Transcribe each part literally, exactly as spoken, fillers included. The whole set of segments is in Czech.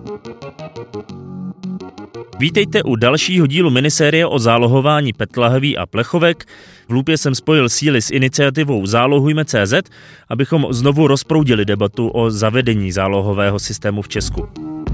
Vítejte u dalšího dílu minisérie o zálohování PET lahví a plechovek. V Lupě jsem spojil síly s iniciativou Zálohujme tečka cé zet, abychom znovu rozproudili debatu o zavedení zálohového systému v Česku.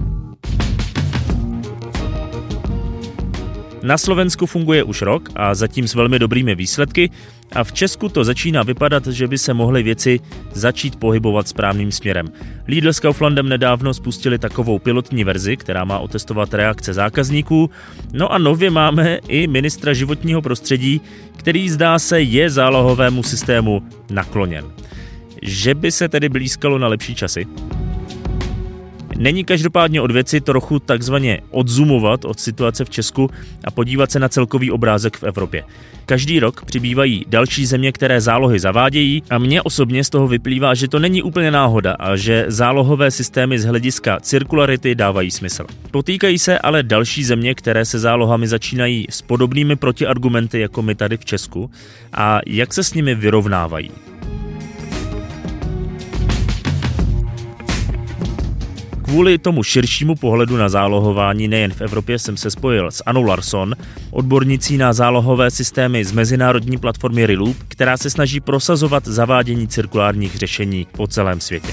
Na Slovensku funguje už rok a zatím s velmi dobrými výsledky a v Česku to začíná vypadat, že by se mohly věci začít pohybovat správným směrem. Lidl s Kauflandem nedávno spustili takovou pilotní verzi, která má otestovat reakce zákazníků. No a nově máme i ministra životního prostředí, který zdá se je zálohovému systému nakloněn. Že by se tedy blýskalo na lepší časy? Není každopádně od věci trochu takzvaně odzumovat od situace v Česku a podívat se na celkový obrázek v Evropě. Každý rok přibývají další země, které zálohy zavádějí a mně osobně z toho vyplývá, že to není úplně náhoda a že zálohové systémy z hlediska cirkularity dávají smysl. Potýkají se ale další země, které se zálohami začínají s podobnými protiargumenty jako my tady v Česku a jak se s nimi vyrovnávají. Kvůli tomu širšímu pohledu na zálohování nejen v Evropě jsem se spojil s Annou Larsson, odbornicí na zálohové systémy z mezinárodní platformy Reloop, která se snaží prosazovat zavádění cirkulárních řešení po celém světě.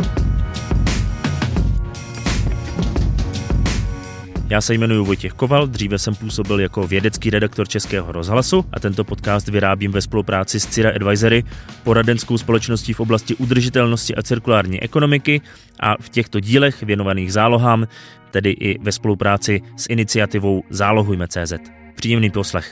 Já se jmenuji Vojtěch Koval, dříve jsem působil jako vědecký redaktor Českého rozhlasu a tento podcast vyrábím ve spolupráci s Cira Advisory, poradenskou společností v oblasti udržitelnosti a cirkulární ekonomiky a v těchto dílech věnovaných zálohám, tedy i ve spolupráci s iniciativou Zálohujme tečka cé zet. Příjemný poslech.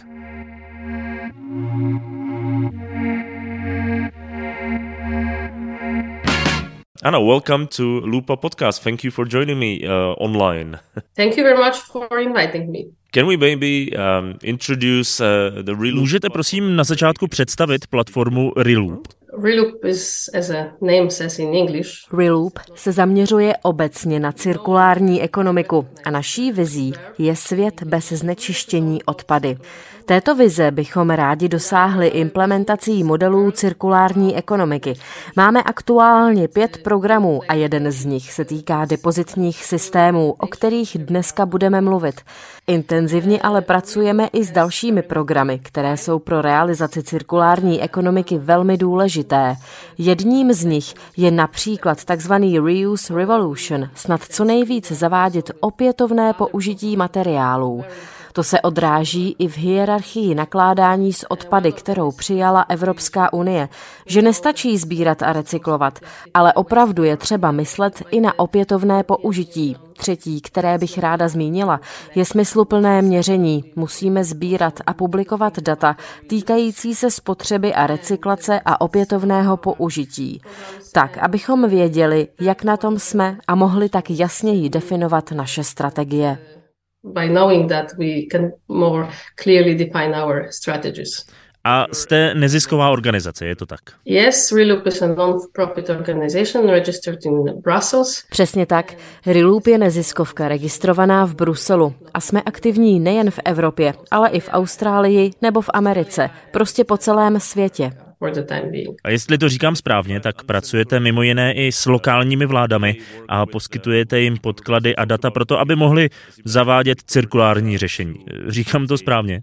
Anna, welcome to Lupa Podcast. Thank you for joining me uh, online. Thank you very much for inviting me. Can we maybe um, introduce uh, the Reloop? Můžete prosím na začátku představit platformu Reloop? Reloop is, as a name says in English. Reloop se zaměřuje obecně na cirkulární ekonomiku a naší vizí je svět bez znečištění odpady. Této vize bychom rádi dosáhli implementací modelů cirkulární ekonomiky. Máme aktuálně pět programů a jeden z nich se týká depozitních systémů, o kterých dneska budeme mluvit. Intenzivně ale pracujeme i s dalšími programy, které jsou pro realizaci cirkulární ekonomiky velmi důležité. Jedním z nich je například takzvaný Reuse Revolution, snad co nejvíc zavádět opětovné použití materiálů. To se odráží i v hierarchii nakládání s odpady, kterou přijala Evropská unie, že nestačí sbírat a recyklovat, ale opravdu je třeba myslet i na opětovné použití. Třetí, které bych ráda zmínila, je smysluplné měření. Musíme sbírat a publikovat data týkající se spotřeby a recyklace a opětovného použití. Tak, abychom věděli, jak na tom jsme a mohli tak jasněji definovat naše strategie. By knowing that we can more clearly define our strategies. A jste nezisková organizace, je to tak? Yes, Reloop is a non-profit organization registered in Brussels. Přesně tak. Reloop je neziskovka registrovaná v Bruselu a jsme aktivní nejen v Evropě, ale i v Austrálii nebo v Americe, prostě po celém světě. A jestli to říkám správně, tak pracujete mimo jiné i s lokálními vládami a poskytujete jim podklady a data pro to, aby mohli zavádět cirkulární řešení. Říkám to správně?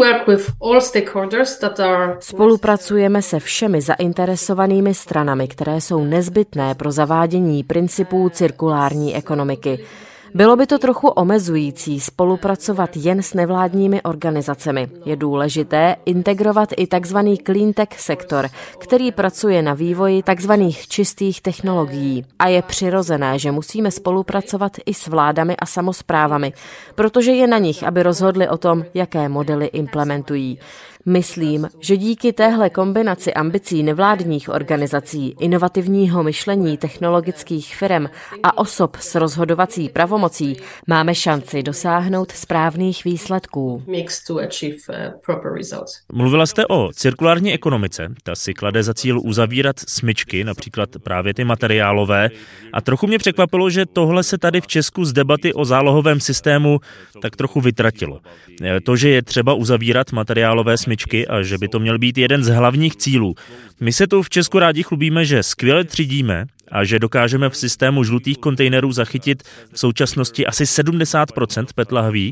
Spolupracujeme se všemi zainteresovanými stranami, které jsou nezbytné pro zavádění principů cirkulární ekonomiky. Bylo by to trochu omezující spolupracovat jen s nevládními organizacemi. Je důležité integrovat i tzv. Cleantech sektor, který pracuje na vývoji tzv. Čistých technologií. A je přirozené, že musíme spolupracovat i s vládami a samosprávami, protože je na nich, aby rozhodli o tom, jaké modely implementují. Myslím, že díky téhle kombinaci ambicí nevládních organizací, inovativního myšlení technologických firem a osob s rozhodovací pravomocí máme šanci dosáhnout správných výsledků. Mluvila jste o cirkulární ekonomice. Ta si klade za cíl uzavírat smyčky, například právě ty materiálové. A trochu mě překvapilo, že tohle se tady v Česku z debaty o zálohovém systému tak trochu vytratilo. To, že je třeba uzavírat materiálové smyčky a že by to měl být jeden z hlavních cílů. My se tu v Česku rádi chlubíme, že skvěle třídíme a že dokážeme v systému žlutých kontejnerů zachytit v současnosti asi sedmdesát procent pé é té lahví.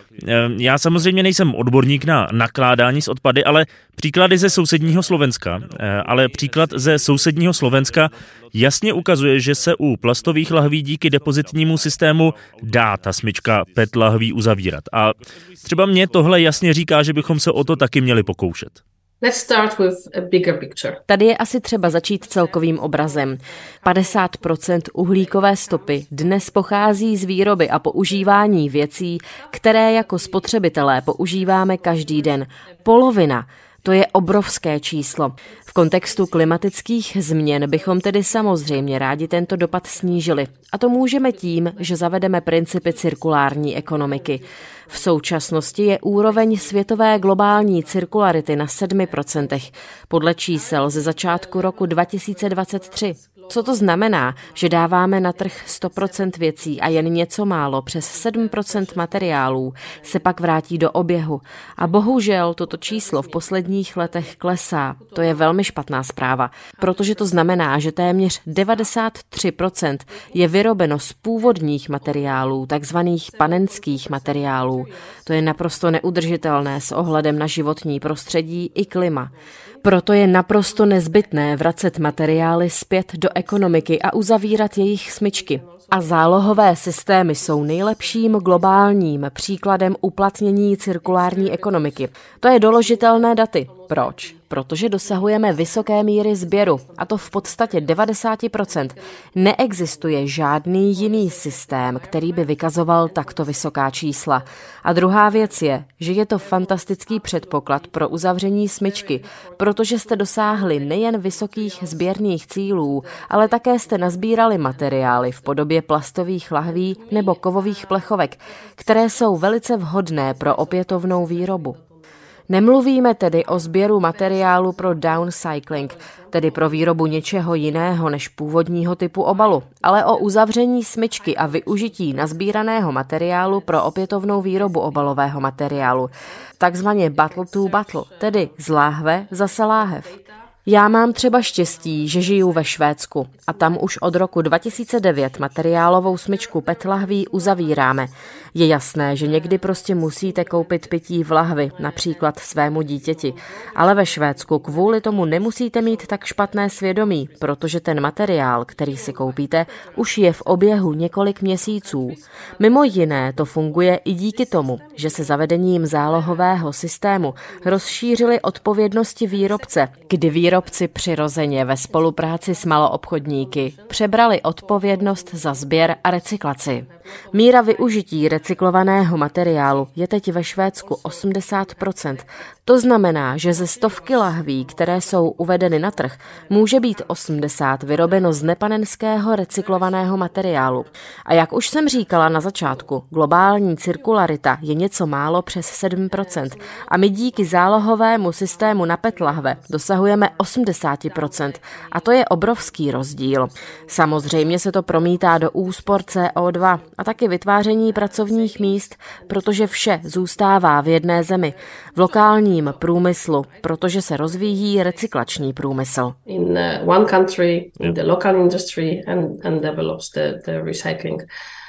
Já samozřejmě nejsem odborník na nakládání s odpady, ale příklady ze sousedního Slovenska, ale příklad ze sousedního Slovenska jasně ukazuje, že se u plastových lahví díky depozitnímu systému dá ta smyčka pé é té lahví uzavírat. A třeba mě tohle jasně říká, že bychom se o to taky měli pokoušet. Let's start with a bigger picture. Tady je asi třeba začít celkovým obrazem. padesát procent uhlíkové stopy dnes pochází z výroby a používání věcí, které jako spotřebitelé používáme každý den. Polovina. To je obrovské číslo. V kontextu klimatických změn bychom tedy samozřejmě rádi tento dopad snížili. A to můžeme tím, že zavedeme principy cirkulární ekonomiky. V současnosti je úroveň světové globální cirkularity na sedm procent, podle čísel ze začátku roku dva tisíce dvacet tři. Co to znamená, že dáváme na trh sto procent věcí a jen něco málo, přes sedm procent materiálů, se pak vrátí do oběhu. A bohužel toto číslo v posledních letech klesá. To je velmi špatná zpráva, protože to znamená, že téměř devadesát tři procent je vyrobeno z původních materiálů, takzvaných panenských materiálů. To je naprosto neudržitelné s ohledem na životní prostředí i klima. Proto je naprosto nezbytné vracet materiály zpět do ekonomiky a uzavírat jejich smyčky. A zálohové systémy jsou nejlepším globálním příkladem uplatnění cirkulární ekonomiky. To je doložitelné daty. Proč? Protože dosahujeme vysoké míry sběru, a to v podstatě devadesát procent. Neexistuje žádný jiný systém, který by vykazoval takto vysoká čísla. A druhá věc je, že je to fantastický předpoklad pro uzavření smyčky, protože jste dosáhli nejen vysokých sběrných cílů, ale také jste nazbírali materiály v podobě plastových lahví nebo kovových plechovek, které jsou velice vhodné pro opětovnou výrobu. Nemluvíme tedy o sběru materiálu pro downcycling, tedy pro výrobu něčeho jiného než původního typu obalu, ale o uzavření smyčky a využití nazbíraného materiálu pro opětovnou výrobu obalového materiálu, takzvaně battle to battle, tedy z láhve zase láhev. Já mám třeba štěstí, že žiju ve Švédsku a tam už od roku dva tisíce devět materiálovou smyčku pé é té lahví uzavíráme. Je jasné, že někdy prostě musíte koupit pití v lahvi, například svému dítěti, ale ve Švédsku kvůli tomu nemusíte mít tak špatné svědomí, protože ten materiál, který si koupíte, už je v oběhu několik měsíců. Mimo jiné to funguje i díky tomu, že se zavedením zálohového systému rozšířily odpovědnosti výrobce, kdy výrobci přirozeně ve spolupráci s maloobchodníky přebrali odpovědnost za sběr a recyklaci. Míra využití recyklovaného materiálu je teď ve Švédsku osmdesát procent. To znamená, že ze stovky lahví, které jsou uvedeny na trh, může být osmdesát vyrobeno z nepanenského recyklovaného materiálu. A jak už jsem říkala na začátku, globální cirkularita je něco málo přes sedm procent a my díky zálohovému systému na pé é té lahve dosahujeme osmdesát procent a to je obrovský rozdíl. Samozřejmě se to promítá do úspor C O dva a taky vytváření pracovních míst, protože vše zůstává v jedné zemi, v lokálním průmyslu, protože se rozvíjí recyklační průmysl. In one country, in the local industry and, and develops the, the recycling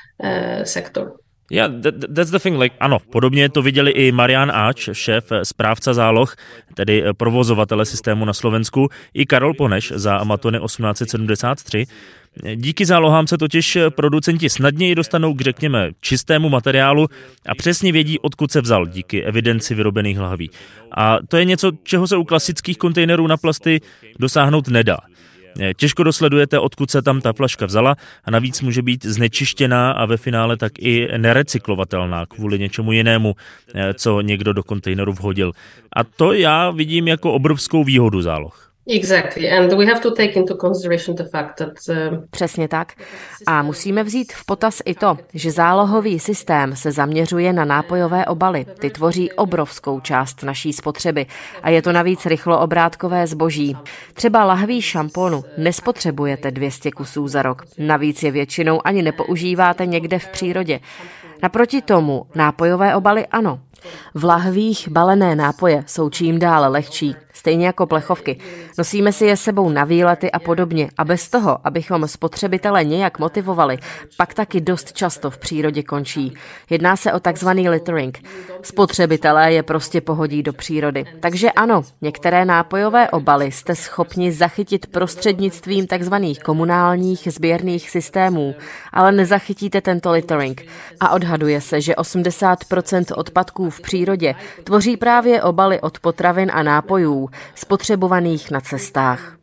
uh, sector. Yeah, that, that's the thing. Like, ano, podobně to viděli i Marian Áč, šéf správca záloh, tedy provozovatele systému na Slovensku, i Karol Poneš za Amatony osmnáct set sedmdesát tři. Díky zálohám se totiž producenti snadněji dostanou k, řekněme, čistému materiálu a přesně vědí, odkud se vzal díky evidenci vyrobených lahví. A to je něco, čeho se u klasických kontejnerů na plasty dosáhnout nedá. Těžko dosledujete, odkud se tam ta flaška vzala a navíc může být znečištěná a ve finále tak i nerecyklovatelná kvůli něčemu jinému, co někdo do kontejneru vhodil. A to já vidím jako obrovskou výhodu záloh. Exactly. And we have to take into consideration the fact that uh... Přesně tak. A musíme vzít v potaz i to, že zálohový systém se zaměřuje na nápojové obaly. Ty tvoří obrovskou část naší spotřeby a je to navíc rychloobrátkové zboží. Třeba lahví šamponu nespotřebujete dvě stě kusů za rok. Navíc je většinou ani nepoužíváte někde v přírodě. Naproti tomu nápojové obaly ano. V lahvích balené nápoje jsou čím dále lehčí. stejně jako plechovky. Nosíme si je sebou na výlety a podobně a bez toho, abychom spotřebitele nějak motivovali, pak taky dost často v přírodě končí. Jedná se o takzvaný littering. Spotřebitelé je prostě pohodí do přírody. Takže ano, některé nápojové obaly jste schopni zachytit prostřednictvím takzvaných komunálních sběrných systémů, ale nezachytíte tento littering. A odhaduje se, že osmdesát procent odpadků v přírodě tvoří právě obaly od potravin a nápojů, spotřebovaných na cestách.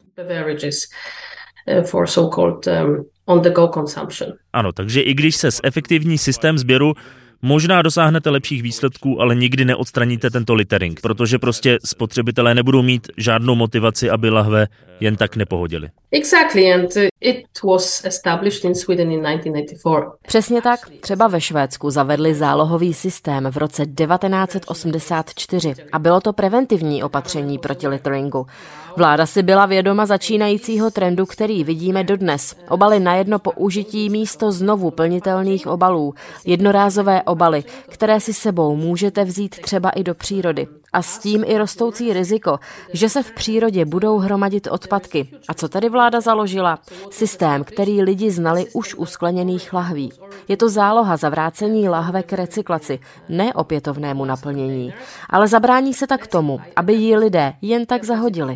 Ano, takže i když se zefektivní systém sběru, možná dosáhnete lepších výsledků, ale nikdy neodstraníte tento littering, protože prostě spotřebitelé nebudou mít žádnou motivaci, aby lahve jen tak nepohodili. Exactly, and it was established in Sweden in nineteen eighty-four. Přesně tak, třeba ve Švédsku zavedli zálohový systém v roce devatenáct set osmdesát čtyři a bylo to preventivní opatření proti litteringu. Vláda si byla vědoma začínajícího trendu, který vidíme dodnes. Obaly na jedno použití místo znovu plnitelných obalů, jednorázové obaly, které si sebou můžete vzít třeba i do přírody. A s tím i rostoucí riziko, že se v přírodě budou hromadit odpadky. A co tady vláda založila? Systém, který lidi znali už u skleněných lahví. Je to záloha za vrácení lahve k recyklaci, ne opětovnému naplnění. Ale zabrání se tak tomu, aby ji lidé jen tak zahodili.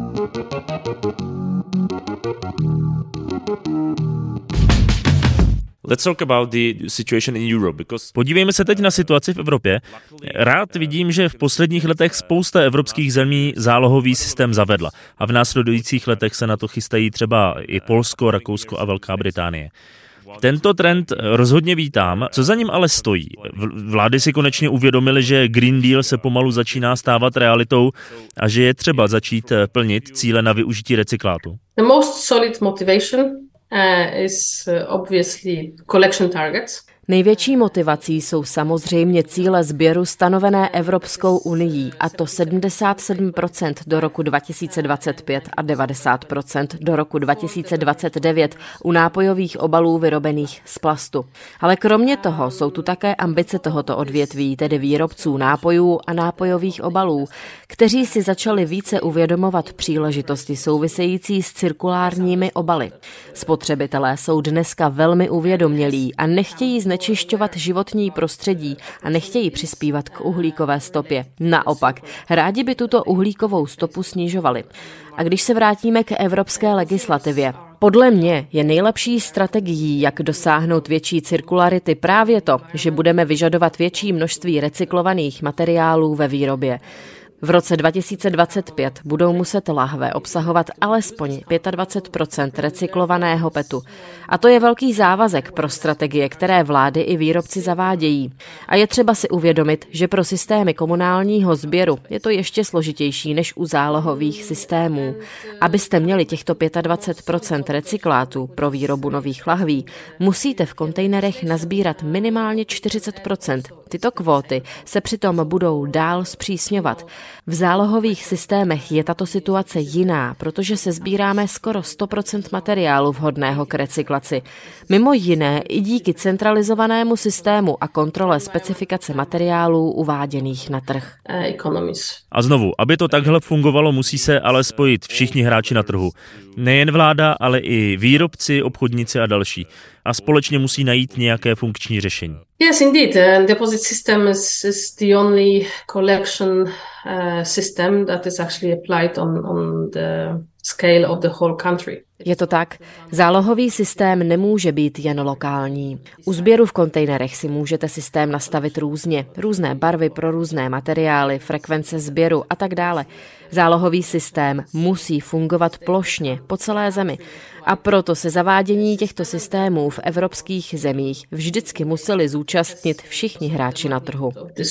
Let's talk about the situation in Europe, because... Podívejme se teď na situaci v Evropě. Rád vidím, že v posledních letech spousta evropských zemí zálohový systém zavedla a v následujících letech se na to chystají třeba i Polsko, Rakousko a Velká Británie. Tento trend rozhodně vítám, co za ním ale stojí. Vlády si konečně uvědomily, že Green Deal se pomalu začíná stávat realitou a že je třeba začít plnit cíle na využití recyklátu. The most solid motivation Uh, is uh, obviously collection targets. Největší motivací jsou samozřejmě cíle sběru stanovené Evropskou unií, a to sedmdesát sedm procent do roku dva tisíce dvacet pět a devadesát procent do roku dva tisíce dvacet devět u nápojových obalů vyrobených z plastu. Ale kromě toho jsou tu také ambice tohoto odvětví, tedy výrobců nápojů a nápojových obalů, kteří si začali více uvědomovat příležitosti související s cirkulárními obaly. Spotřebitelé jsou dneska velmi uvědomělí a nechtějí znečišťovat životní prostředí a nechtějí přispívat k uhlíkové stopě. Naopak, rádi by tuto uhlíkovou stopu snižovali. A když se vrátíme k evropské legislativě, podle mě je nejlepší strategií, jak dosáhnout větší cirkularity, právě to, že budeme vyžadovat větší množství recyklovaných materiálů ve výrobě. V roce dva tisíce dvacet pět budou muset lahve obsahovat alespoň dvacet pět procent recyklovaného petu. A to je velký závazek pro strategie, které vlády i výrobci zavádějí. A je třeba si uvědomit, že pro systémy komunálního sběru je to ještě složitější než u zálohových systémů. Abyste měli těchto dvacet pět procent recyklátu pro výrobu nových lahví, musíte v kontejnerech nazbírat minimálně čtyřicet procent. Tyto kvóty se přitom budou dál zpřísňovat. V zálohových systémech je tato situace jiná, protože se sbíráme skoro sto procent materiálu vhodného k recyklaci. Mimo jiné i díky centralizovanému systému a kontrole specifikace materiálů uváděných na trh. A znovu, aby to takhle fungovalo, musí se ale spojit všichni hráči na trhu. Nejen vláda, ale i výrobci, obchodníci a další. A společně musí najít nějaké funkční řešení. Yes, indeed. Uh, deposit system is, is the only collection uh, system that is actually applied on, on the scale of the whole country. Je to tak. Zálohový systém nemůže být jen lokální. U sběru v kontejnerech si můžete systém nastavit různě. Různé barvy pro různé materiály, frekvence sběru a tak dále. Zálohový systém musí fungovat plošně po celé zemi. A proto se zavádění těchto systémů v evropských zemích vždycky museli zúčastnit všichni hráči na trhu.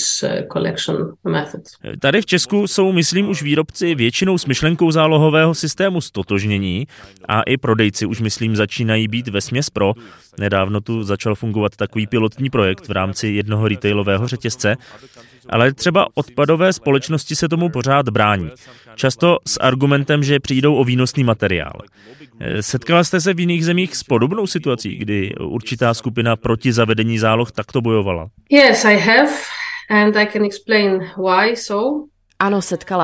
Tady v Česku jsou, myslím, už výrobci většinou s myšlenkou zálohového systému stotožnění a i prodejci už, myslím, začínají být vesměs pro. Nedávno tu začal fungovat takový pilotní projekt v rámci jednoho retailového řetězce, ale třeba odpadové společnosti se tomu pořád brání. Často s argumentem, že přijdou o výnosný materiál. Setkala jste se v jiných zemích s podobnou situací, kdy určitá skupina proti zavedení záloh takto bojovala? Yes, I have, and I can explain why so. Ano, setkala.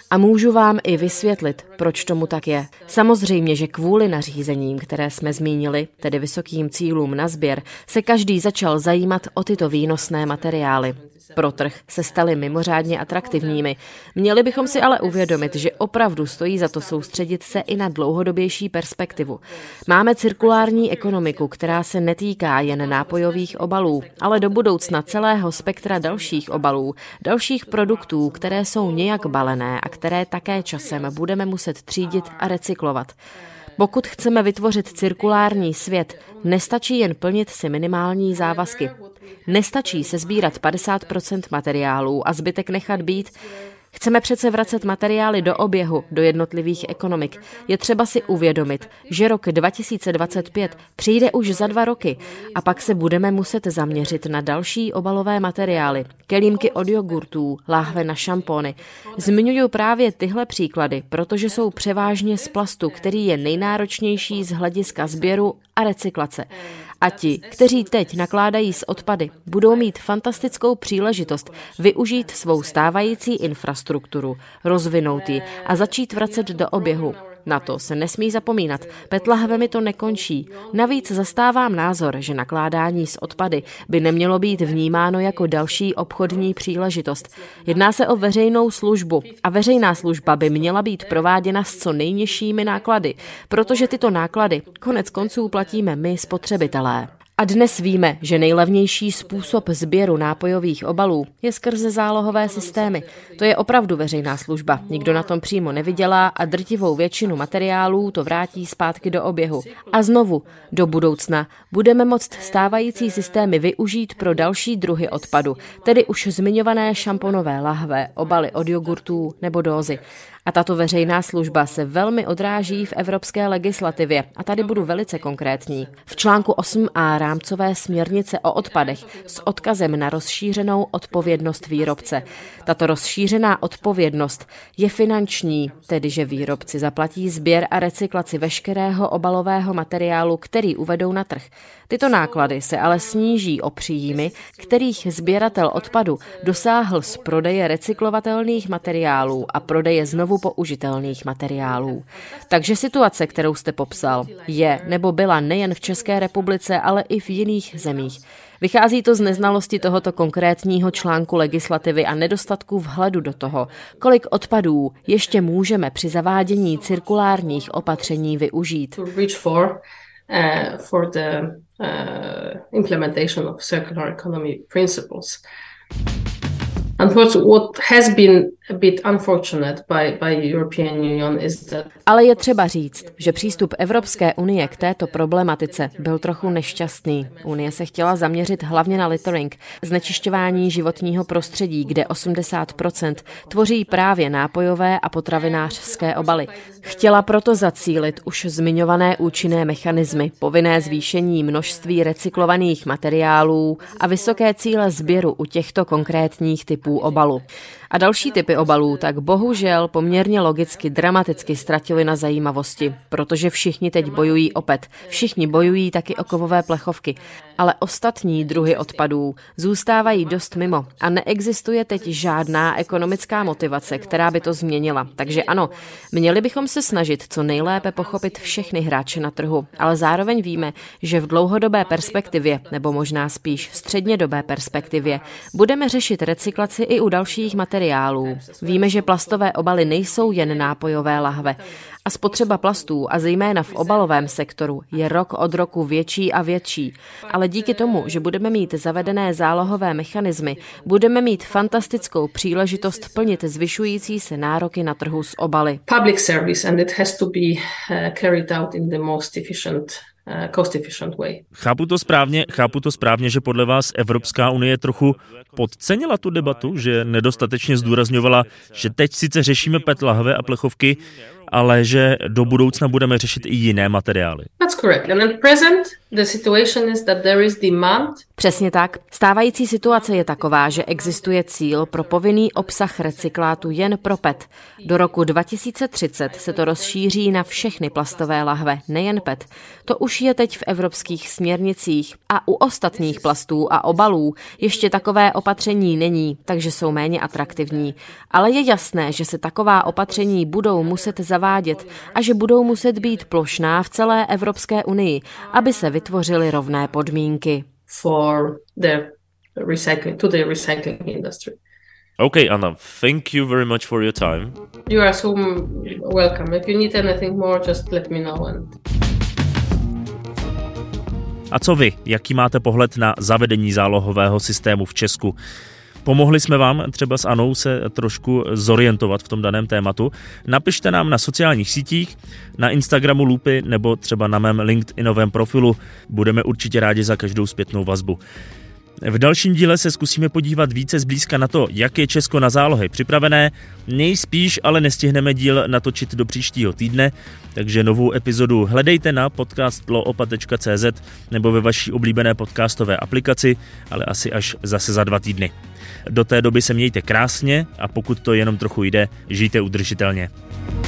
A můžu vám i vysvětlit, proč tomu tak je. Samozřejmě, že kvůli nařízením, které jsme zmínili, tedy vysokým cílům na sběr, se každý začal zajímat o tyto výnosné materiály. Pro trh se staly mimořádně atraktivními. Měli bychom si ale uvědomit, že opravdu stojí za to soustředit se i na dlouhodobější perspektivu. Máme cirkulární ekonomiku, která se netýká jen nápojových obalů, ale do budoucna celého spektra dalších obalů, dalších produktů, které jsou nějak balené a které také časem budeme muset třídit a recyklovat. Pokud chceme vytvořit cirkulární svět, nestačí jen plnit si minimální závazky. Nestačí se sbírat padesát procent materiálů a zbytek nechat být. Chceme přece vracet materiály do oběhu, do jednotlivých ekonomik. Je třeba si uvědomit, že rok dva tisíce dvacet pět přijde už za dva roky a pak se budeme muset zaměřit na další obalové materiály, kelímky od jogurtů, láhve na šampóny. Zmiňuji právě tyhle příklady, protože jsou převážně z plastu, který je nejnáročnější z hlediska sběru a recyklace. A ti, kteří teď nakládají s odpady, budou mít fantastickou příležitost využít svou stávající infrastrukturu, rozvinout ji a začít vracet do oběhu. Na to se nesmí zapomínat, PET lahvemi to nekončí. Navíc zastávám názor, že nakládání s odpady by nemělo být vnímáno jako další obchodní příležitost. Jedná se o veřejnou službu a veřejná služba by měla být prováděna s co nejnižšími náklady, protože tyto náklady konec konců platíme my, spotřebitelé. A dnes víme, že nejlevnější způsob sběru nápojových obalů je skrze zálohové systémy. To je opravdu veřejná služba. Nikdo na tom přímo nevydělá a drtivou většinu materiálů to vrátí zpátky do oběhu. A znovu, do budoucna budeme moct stávající systémy využít pro další druhy odpadu, tedy už zmiňované šamponové lahve, obaly od jogurtů nebo dózy. A tato veřejná služba se velmi odráží v evropské legislativě. A tady budu velice konkrétní. V článku osm a rámcové směrnice o odpadech s odkazem na rozšířenou odpovědnost výrobce. Tato rozšířená odpovědnost je finanční, tedy že výrobci zaplatí sběr a recyklaci veškerého obalového materiálu, který uvedou na trh. Tyto náklady se ale sníží o příjmy, kterých sběratel odpadu dosáhl z prodeje recyklovatelných materiálů a prodeje znovu použitelných materiálů. Takže situace, kterou jste popsal, je nebo byla nejen v České republice, ale i v jiných zemích. Vychází to z neznalosti tohoto konkrétního článku legislativy a nedostatku vhledu do toho, kolik odpadů ještě můžeme při zavádění cirkulárních opatření využít. Uh, for the uh, implementation of circular economy principles. Unfortunately, what has been a bit unfortunate by, by European Union is that... Ale je třeba říct, že přístup Evropské unie k této problematice byl trochu nešťastný. Unie se chtěla zaměřit hlavně na littering, znečišťování životního prostředí, kde osmdesát procent tvoří právě nápojové a potravinářské obaly. Chtěla proto zacílit už zmiňované účinné mechanismy, povinné zvýšení množství recyklovaných materiálů a vysoké cíle sběru u těchto konkrétních typů obalu. A další typy obalů tak bohužel poměrně logicky dramaticky ztratili na zajímavosti, protože všichni teď bojují o PET, všichni bojují taky o kovové plechovky, ale ostatní druhy odpadů zůstávají dost mimo a neexistuje teď žádná ekonomická motivace, která by to změnila. Takže ano, měli bychom se snažit co nejlépe pochopit všechny hráče na trhu, ale zároveň víme, že v dlouhodobé perspektivě, nebo možná spíš střednědobé perspektivě, budeme řešit recyklaci i u dalších materiálů. Víme, že plastové obaly nejsou jen nápojové lahve. A spotřeba plastů, a zejména v obalovém sektoru, je rok od roku větší a větší. Ale díky tomu, že budeme mít zavedené zálohové mechanismy, budeme mít fantastickou příležitost plnit zvyšující se nároky na trhu s obaly. Public service and it has to be uh, carried out in the most efficient cost efficient way. Chápu to správně, chápu to správně, že podle vás Evropská unie trochu podcenila tu debatu, že nedostatečně zdůrazňovala, že teď sice řešíme PET lahve a plechovky, ale že do budoucna budeme řešit i jiné materiály. That's correct. And at present, the situation is that there is demand. Přesně tak. Stávající situace je taková, že existuje cíl pro povinný obsah recyklátu jen pro P E T. Do roku dva tisíce třicet se to rozšíří na všechny plastové lahve, nejen P E T. To už je teď v evropských směrnicích a u ostatních plastů a obalů ještě takové opatření není, takže jsou méně atraktivní. Ale je jasné, že se taková opatření budou muset zavádět a že budou muset být plošná v celé Evropské unii, aby se vytvořily rovné podmínky. For the recycling, to the recycling industry. Okay, Anna, thank you very much for your time. You are so welcome. If you need anything more, just let me know. And... A co vy? Jaký máte pohled na zavedení zálohového systému v Česku? Pomohli jsme vám třeba s Anou se trošku zorientovat v tom daném tématu. Napište nám na sociálních sítích, na Instagramu Lupy nebo třeba na mém LinkedInovém profilu. Budeme určitě rádi za každou zpětnou vazbu. V dalším díle se zkusíme podívat více zblízka na to, jak je Česko na zálohy připravené. Nejspíš ale nestihneme díl natočit do příštího týdne, takže novou epizodu hledejte na podcast loopa tečka cé zet nebo ve vaší oblíbené podcastové aplikaci, ale asi až zase za dva týdny. Do té doby se mějte krásně a pokud to jenom trochu jde, žijte udržitelně.